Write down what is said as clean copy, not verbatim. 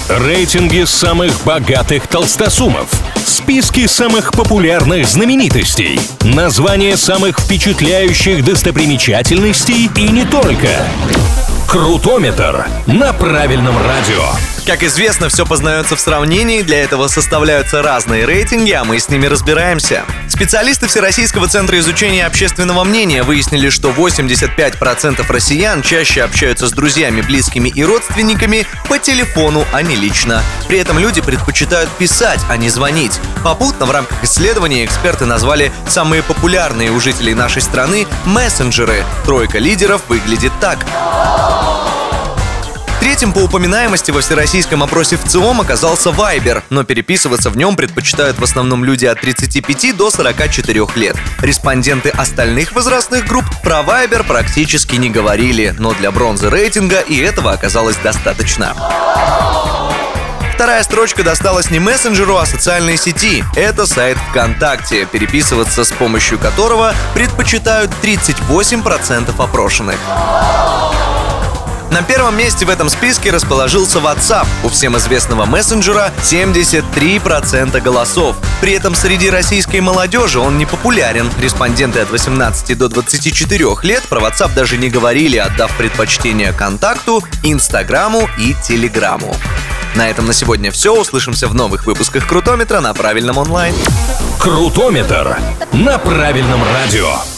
Рейтинги самых богатых толстосумов. Списки самых популярных знаменитостей. Названия самых впечатляющих достопримечательностей и не только. Крутометр на правильном радио. Как известно, все познается в сравнении, для этого составляются разные рейтинги, а мы с ними разбираемся. Специалисты Всероссийского центра изучения общественного мнения выяснили, что 85% россиян чаще общаются с друзьями, близкими и родственниками по телефону, а не лично. При этом люди предпочитают писать, а не звонить. Попутно в рамках исследования эксперты назвали самые популярные у жителей нашей страны мессенджеры. Тройка лидеров выглядит так. Третьим по упоминаемости во всероссийском опросе ВЦИОМ оказался Viber, но переписываться в нем предпочитают в основном люди от 35 до 44 лет. Респонденты остальных возрастных групп про Viber практически не говорили, но для бронзы рейтинга и этого оказалось достаточно. Вторая строчка досталась не мессенджеру, а социальной сети. Это сайт ВКонтакте, переписываться с помощью которого предпочитают 38% опрошенных. На первом месте в этом списке расположился WhatsApp. У всем известного мессенджера 73% голосов. При этом среди российской молодежи он не популярен. Респонденты от 18 до 24 лет про WhatsApp даже не говорили, отдав предпочтение Контакту, Инстаграму и Телеграму. На этом на сегодня все. Услышимся в новых выпусках Крутометра на правильном онлайн. Крутометр на правильном радио.